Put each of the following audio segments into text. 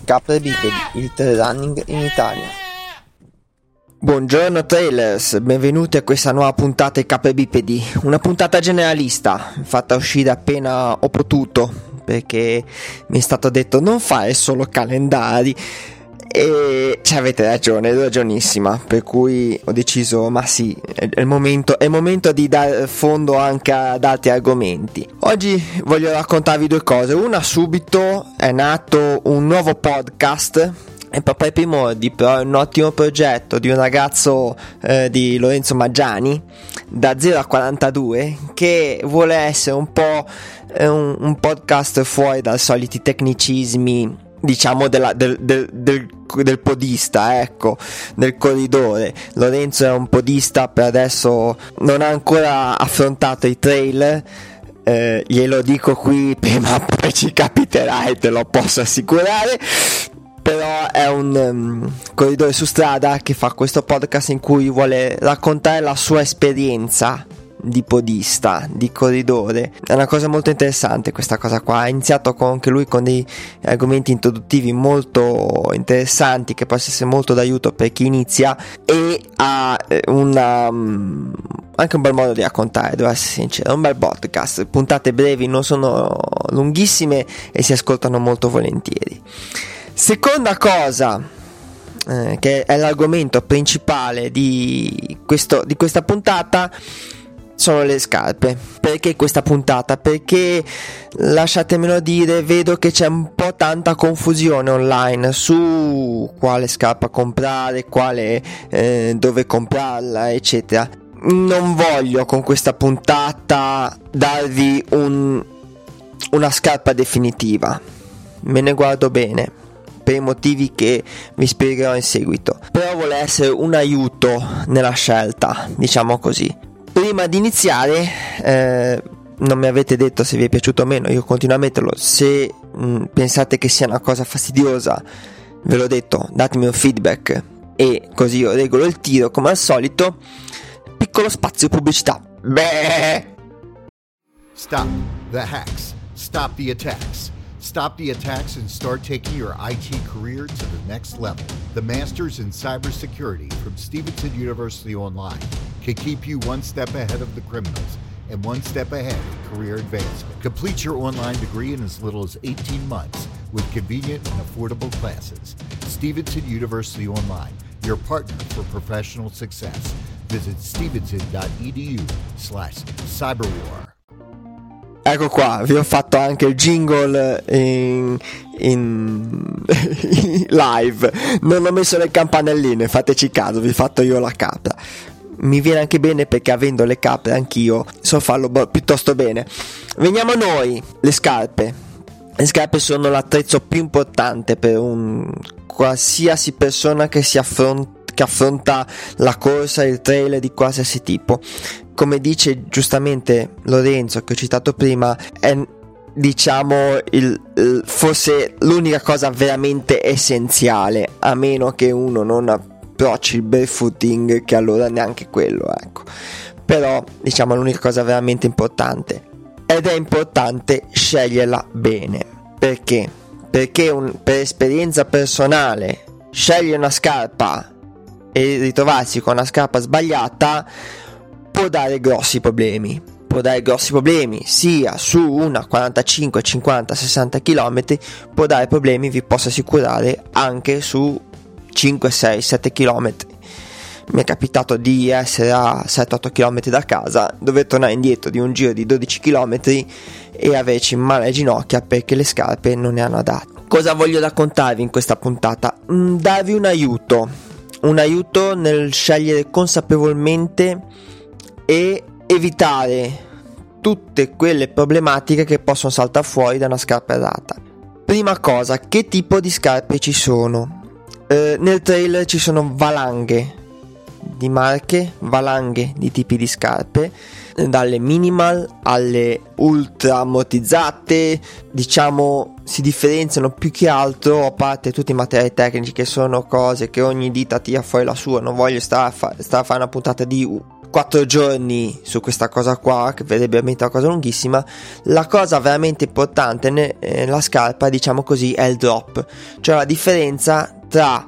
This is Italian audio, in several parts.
Capre Bipedi, il trail running in Italia. Buongiorno trailers, benvenuti a questa nuova puntata di Capre Bipedi, una puntata generalista, fatta uscire appena ho potuto, perché mi è stato detto non fare solo calendari, e ci avete ragione, ragionissima, per cui ho deciso, ma sì, è il momento di dare fondo anche ad altri argomenti. Oggi voglio raccontarvi due cose. Una, subito è nato un nuovo podcast, è proprio ai primordi, però è un ottimo progetto di un ragazzo di Lorenzo Maggiani, da 0 a 42, che vuole essere un po' un podcast fuori dai soliti tecnicismi, diciamo del podista, ecco, del corridore. Lorenzo è un podista, per adesso non ha ancora affrontato i trail, glielo dico qui, prima o poi ci capiterà e te lo posso assicurare. Però è un corridore su strada che fa questo podcast in cui vuole raccontare la sua esperienza di podista, di corridore. È una cosa molto interessante questa cosa qua. Ha iniziato anche lui con dei argomenti introduttivi molto interessanti che possono essere molto d'aiuto per chi inizia, e ha anche un bel modo di raccontare, devo essere sincero. È un bel podcast, puntate brevi, non sono lunghissime e si ascoltano molto volentieri. Seconda cosa, che è l'argomento principale di questa puntata, sono le scarpe. Perché questa puntata? Perché, lasciatemelo dire, vedo che c'è un po' tanta confusione online su quale scarpa comprare, dove comprarla, eccetera. Non voglio con questa puntata darvi una scarpa definitiva, me ne guardo bene per i motivi che vi spiegherò in seguito, però vuole essere un aiuto nella scelta, diciamo così. Prima di iniziare, non mi avete detto se vi è piaciuto o meno, io continuo a metterlo. Se pensate che sia una cosa fastidiosa, ve l'ho detto, datemi un feedback e così io regolo il tiro come al solito. Piccolo spazio pubblicità. Beh. Stop the hacks. Stop the attacks. Stop the attacks and start taking your IT career to the next level. The Masters in Cybersecurity from Stevenson University Online can keep you one step ahead of the criminals and one step ahead of career advancement. Complete your online degree in as little as 18 months with convenient and affordable classes. Stevenson University Online, your partner for professional success. Visit stevenson.edu/cyberwar. Ecco qua, vi ho fatto anche il jingle in live, non ho messo le campanelline, fateci caso, vi ho fatto io la capra. Mi viene anche bene perché avendo le capre anch'io so farlo piuttosto bene. Veniamo a noi, le scarpe. Le scarpe sono l'attrezzo più importante per un qualsiasi persona che affronta la corsa, il trail di qualsiasi tipo. Come dice giustamente Lorenzo, che ho citato prima, è, diciamo, forse l'unica cosa veramente essenziale, a meno che uno non approcci il barefooting, che allora neanche quello, ecco. Però diciamo l'unica cosa veramente importante, ed è importante sceglierla bene. Perché? Perché per esperienza personale, scegliere una scarpa e ritrovarsi con una scarpa sbagliata può dare grossi problemi. Sia su una 45, 50, 60 km, può dare problemi, vi posso assicurare, anche su 5, 6, 7 km. Mi è capitato di essere a 7-8 km da casa, dover tornare indietro di un giro di 12 km e averci male alle ginocchia perché le scarpe non ne hanno adatte. Cosa voglio raccontarvi in questa puntata? Darvi un aiuto nel scegliere consapevolmente e evitare tutte quelle problematiche che possono saltare fuori da una scarpa errata. Prima cosa, che tipo di scarpe ci sono? Nel trail ci sono valanghe di marche, valanghe di tipi di scarpe, dalle minimal alle ultra ammortizzate, diciamo si differenziano più che altro, a parte tutti i materiali tecnici che sono cose che ogni ditta tira fuori la sua. Non voglio stare a fare una puntata di 4 giorni su questa cosa qua, che verrebbe veramente una cosa lunghissima. La cosa veramente importante nella scarpa, diciamo così, è il drop, cioè la differenza tra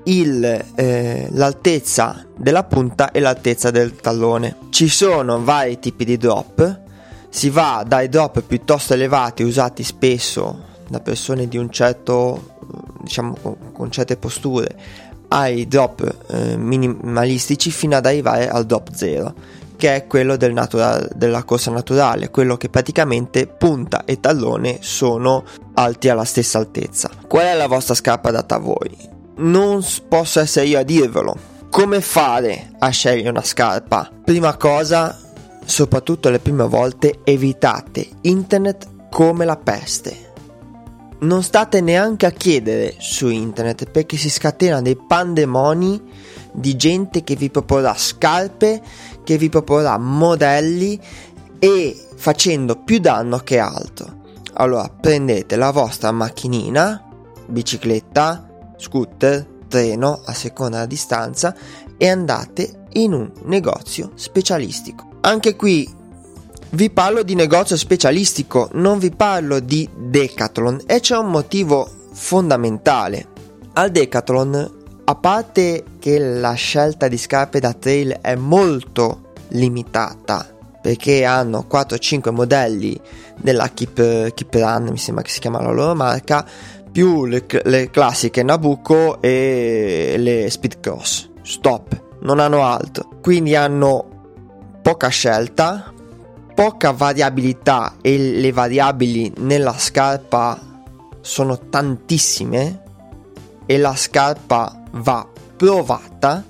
l'altezza della punta e l'altezza del tallone. Ci sono vari tipi di drop, si va dai drop piuttosto elevati usati spesso da persone di un certo, diciamo, con certe posture, ai drop minimalistici, fino ad arrivare al drop 0, che è quello della corsa naturale, quello che praticamente punta e tallone sono alti alla stessa altezza. Qual è la vostra scarpa adatta a voi? Non posso essere io a dirvelo. Come fare a scegliere una scarpa? Prima cosa, soprattutto le prime volte, evitate internet come la peste. Non state neanche a chiedere su internet, perché si scatenano dei pandemoni di gente che vi proporrà scarpe, che vi proporrà modelli, e facendo più danno che altro. Allora prendete la vostra macchinina, bicicletta, scooter, treno, a seconda della distanza, e andate in un negozio specialistico. Anche qui vi parlo di negozio specialistico, non vi parlo di Decathlon, e c'è un motivo fondamentale. Al Decathlon, a parte che la scelta di scarpe da trail è molto limitata, perché hanno 4-5 modelli della Keep Run, mi sembra che si chiama la loro marca, più le classiche Nabucco e le Speed Cross. Stop, non hanno altro. Quindi hanno poca scelta, poca variabilità, e le variabili nella scarpa sono tantissime, e la scarpa va provata.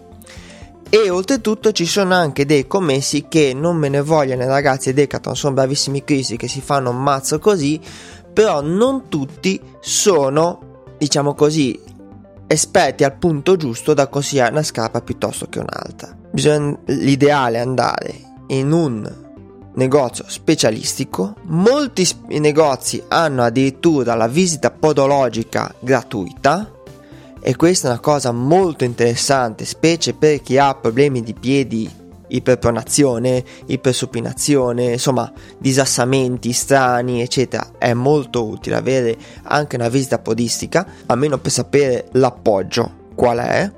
E oltretutto ci sono anche dei commessi che, non me ne vogliono ragazzi, Decathlon sono bravissimi crisi che si fanno un mazzo così, però non tutti sono, diciamo così, esperti al punto giusto da consigliare una scarpa piuttosto che un'altra. L'ideale è andare in un negozio specialistico. Molti negozi hanno addirittura la visita podologica gratuita, e questa è una cosa molto interessante, specie per chi ha problemi di piedi, iperpronazione, ipersupinazione, insomma disassamenti strani eccetera. È molto utile avere anche una visita podistica, almeno per sapere l'appoggio qual è.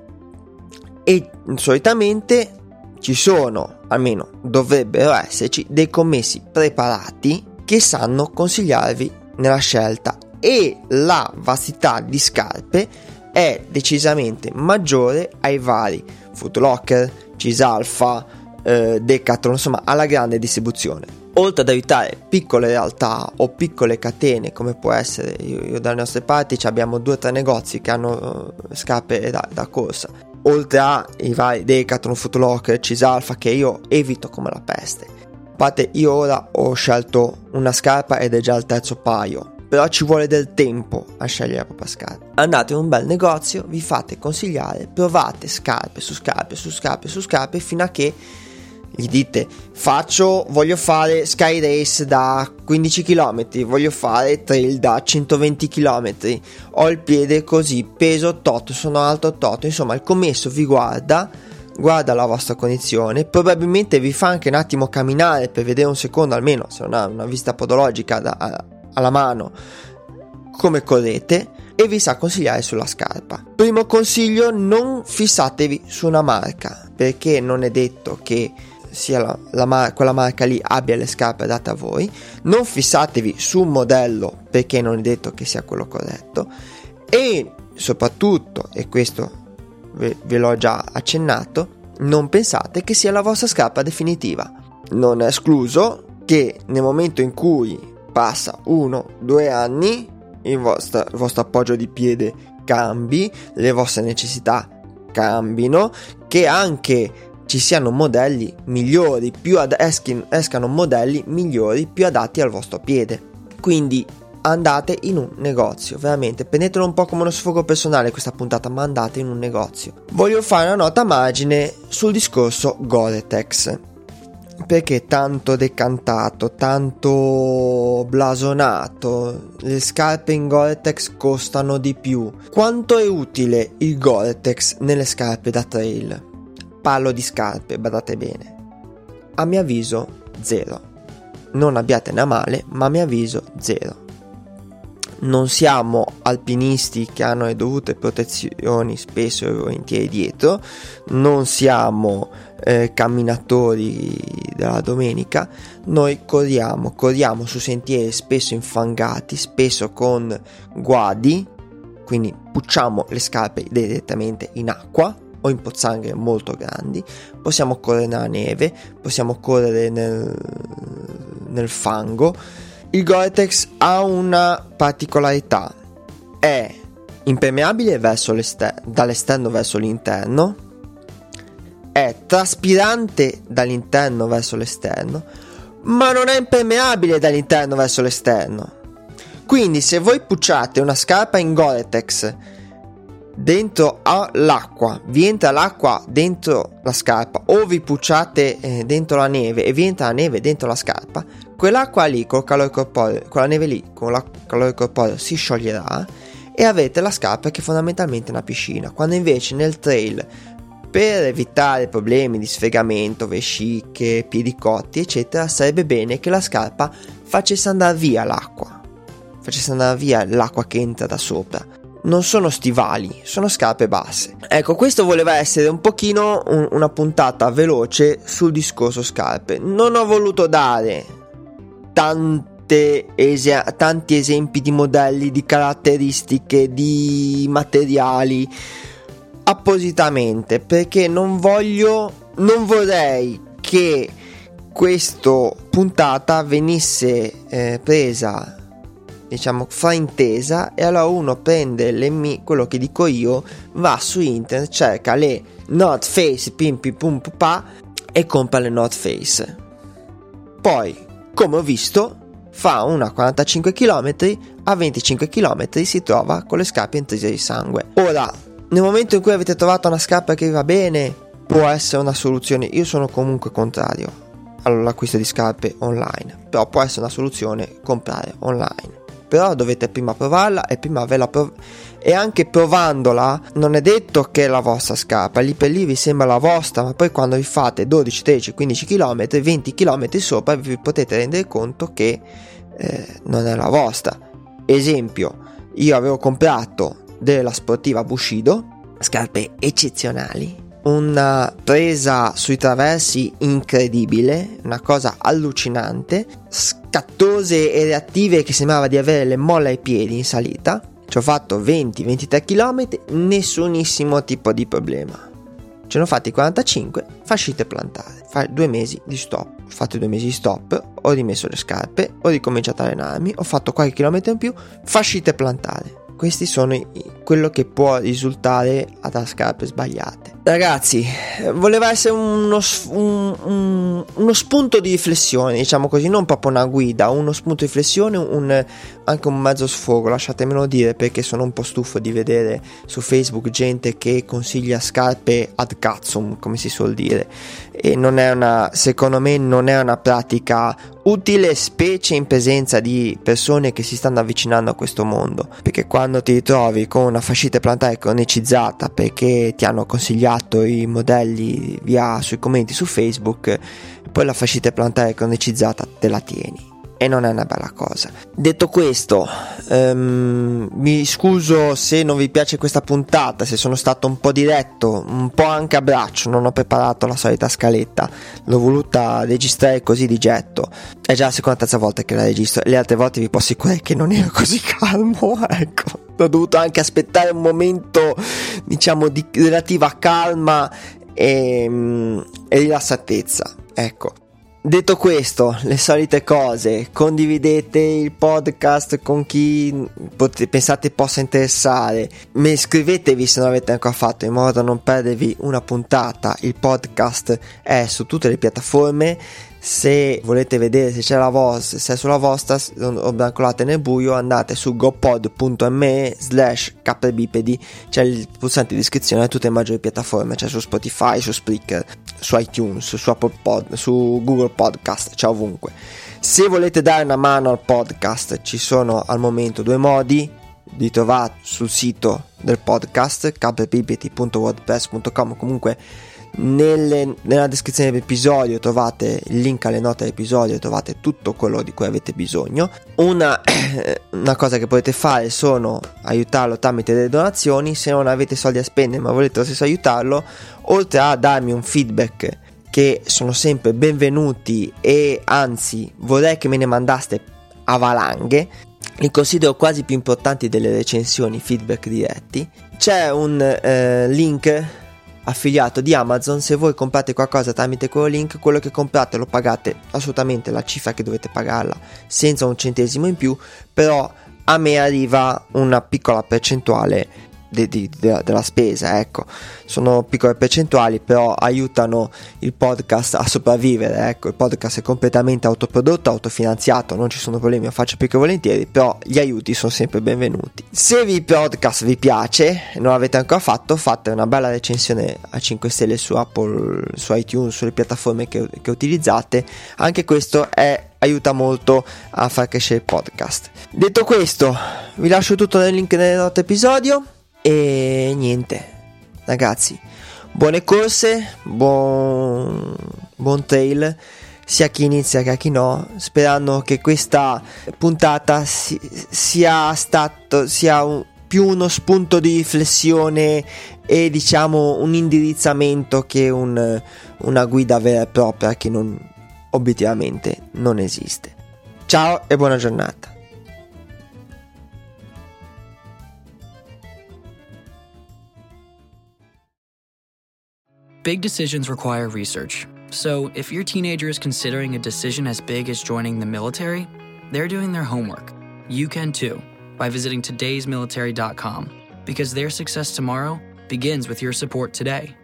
E solitamente ci sono, almeno dovrebbero esserci, dei commessi preparati che sanno consigliarvi nella scelta, e la vastità di scarpe è decisamente maggiore ai vari Foot Locker, Cisalfa, Decathlon, insomma alla grande distribuzione. Oltre ad evitare piccole realtà o piccole catene, come può essere, io dalle nostre parti abbiamo 2 o 3 negozi che hanno scarpe da corsa, oltre ai vari Decathlon, Foot Locker, Cisalfa, che io evito come la peste. A parte, io ora ho scelto una scarpa ed è già il 3° paio, però ci vuole del tempo a scegliere la propria scarpa. Andate in un bel negozio, vi fate consigliare, provate scarpe su scarpe su scarpe su scarpe, fino a che gli dite: voglio fare sky race da 15 km, voglio fare trail da 120 km, ho il piede così, peso tot, sono alto tot. Insomma, il commesso vi guarda la vostra condizione, probabilmente vi fa anche un attimo camminare per vedere un secondo, almeno se non ha una visita podologica alla mano, come correte, e vi sa consigliare sulla scarpa. Primo consiglio: non fissatevi su una marca, perché non è detto che sia quella marca lì abbia le scarpe adatte a voi. Non fissatevi su un modello, perché non è detto che sia quello corretto. E soprattutto, e questo ve l'ho già accennato, non pensate che sia la vostra scarpa definitiva. Non è escluso che nel momento in cui passa 1-2 anni il vostro appoggio di piede cambi, le vostre necessità cambino, che anche ci siano modelli migliori, escano modelli migliori più adatti al vostro piede. Quindi andate in un negozio, veramente prendetelo un po' come uno sfogo personale questa puntata, ma andate in un negozio. Voglio fare una nota a margine sul discorso Gore-Tex, perché tanto decantato, tanto blasonato, le scarpe in Gore-Tex costano di più. Quanto è utile il Gore-Tex nelle scarpe da trail? Parlo di scarpe, badate bene. a mio avviso 0. Non abbiatene a male, ma a mio avviso 0. Non siamo alpinisti che hanno le dovute protezioni spesso e volentieri dietro, non siamo camminatori della domenica. Noi corriamo su sentieri spesso infangati, spesso con guadi, quindi pucciamo le scarpe direttamente in acqua o in pozzanghere molto grandi. Possiamo correre nella neve, possiamo correre nel fango. Il Gore-Tex ha una particolarità: è impermeabile dall'esterno verso l'interno, è traspirante dall'interno verso l'esterno, ma non è impermeabile dall'interno verso l'esterno. Quindi se voi pucciate una scarpa in Gore-Tex dentro all'acqua, vi entra l'acqua dentro la scarpa, o vi pucciate dentro la neve e vi entra la neve dentro la scarpa, quell'acqua lì col calore corporeo, quella neve lì con il calore corporeo si scioglierà e avete la scarpa che è fondamentalmente una piscina. Quando invece nel trail, per evitare problemi di sfregamento, vesciche, piedi cotti eccetera, sarebbe bene che la scarpa facesse andare via l'acqua che entra da sopra. Non sono stivali, sono scarpe basse. Ecco, questo voleva essere un pochino una puntata veloce sul discorso scarpe. Non ho voluto dare tanti esempi di modelli, di caratteristiche, di materiali appositamente, perché non vorrei che questa puntata venisse presa, diciamo, fraintesa, e allora uno prende quello che dico io, va su internet, cerca le North Face e compra le North Face. Poi, come ho visto, fa una 45 km, a 25 km si trova con le scarpe intrise di sangue. Ora, nel momento in cui avete trovato una scarpa che vi va bene, può essere una soluzione. Io sono comunque contrario all'acquisto di scarpe online, però può essere una soluzione comprare online. Però dovete prima provarla e prima e anche provandola non è detto che è la vostra scarpa, lì per lì vi sembra la vostra, ma poi quando vi fate 12, 13, 15 km, 20 km sopra vi potete rendere conto che non è la vostra. Esempio, io avevo comprato della sportiva Bushido, scarpe eccezionali, una presa sui traversi incredibile, una cosa allucinante, scattose e reattive che sembrava di avere le molle ai piedi in salita. Ci ho fatto 20-23 km, nessunissimo tipo di problema. Ce ne ho fatti 45, fascite plantare, 2 mesi di stop. Ho fatto 2 mesi di stop, ho rimesso le scarpe, ho ricominciato a allenarmi, ho fatto qualche chilometro in più, fascite plantare. Questi sono quello che può risultare da scarpe sbagliate. Ragazzi, voleva essere uno spunto di riflessione, diciamo così, non proprio una guida, uno spunto di riflessione, anche un mezzo sfogo, lasciatemelo dire, perché sono un po' stufo di vedere su Facebook gente che consiglia scarpe ad cazzum, come si suol dire, e secondo me non è una pratica utile, specie in presenza di persone che si stanno avvicinando a questo mondo, perché quando ti ritrovi con una fascite plantare cronicizzata perché ti hanno consigliato i modelli via sui commenti su Facebook, poi la fascite plantare cronicizzata te la tieni e non è una bella cosa. Detto questo, mi scuso se non vi piace questa puntata, se sono stato un po' diretto, un po' anche a braccio, non ho preparato la solita scaletta, l'ho voluta registrare così di getto. È già la seconda o terza volta che la registro, le altre volte vi posso assicurare che non ero così calmo, ecco. Ho dovuto anche aspettare un momento, diciamo, di relativa calma e rilassatezza, ecco. Detto questo, le solite cose: condividete il podcast con chi pensate possa interessare, iscrivetevi se non l'avete ancora fatto in modo da non perdervi una puntata. Il podcast è su tutte le piattaforme. Se volete vedere se c'è se è sulla vostra o brancolate nel buio, andate su gopod.me/kbipedi, c'è il pulsante di iscrizione a tutte le maggiori piattaforme, c'è su Spotify, su Spreaker, su iTunes, su Apple su Google Podcast, c'è ovunque. Se volete dare una mano al podcast, ci sono al momento 2 modi. Li trovate sul sito del podcast kbipedi.wordpress.com, comunque Nella descrizione dell'episodio trovate il link alle note dell'episodio, trovate tutto quello di cui avete bisogno. Una cosa che potete fare sono aiutarlo tramite delle donazioni. Se non avete soldi a spendere ma volete lo stesso aiutarlo, oltre a darmi un feedback, che sono sempre benvenuti, e anzi vorrei che me ne mandaste a valanghe, li considero quasi più importanti delle recensioni, feedback diretti. C'è un link affiliato di Amazon. Se voi comprate qualcosa tramite quello link, quello che comprate lo pagate assolutamente la cifra che dovete pagarla, senza un centesimo in più, però a me arriva una piccola percentuale della spesa, ecco. Sono piccole percentuali, però aiutano il podcast a sopravvivere, ecco. Il podcast è completamente autoprodotto, autofinanziato, non ci sono problemi, lo faccio più che volentieri, però gli aiuti sono sempre benvenuti. Se il podcast vi piace, non l'avete ancora fatto, fate una bella recensione a 5 stelle su Apple, su iTunes, sulle piattaforme che utilizzate. Anche questo aiuta molto a far crescere il podcast. Detto questo, vi lascio tutto nel link nelle note episodio. E niente, ragazzi, buone corse, buon trail sia a chi inizia che a chi no, sperando che questa puntata sia più uno spunto di riflessione e diciamo un indirizzamento che una guida vera e propria, che obiettivamente non esiste. Ciao e buona giornata. Big decisions require research. So, if your teenager is considering a decision as big as joining the military, they're doing their homework. You can too, by visiting todaysmilitary.com, because their success tomorrow begins with your support today.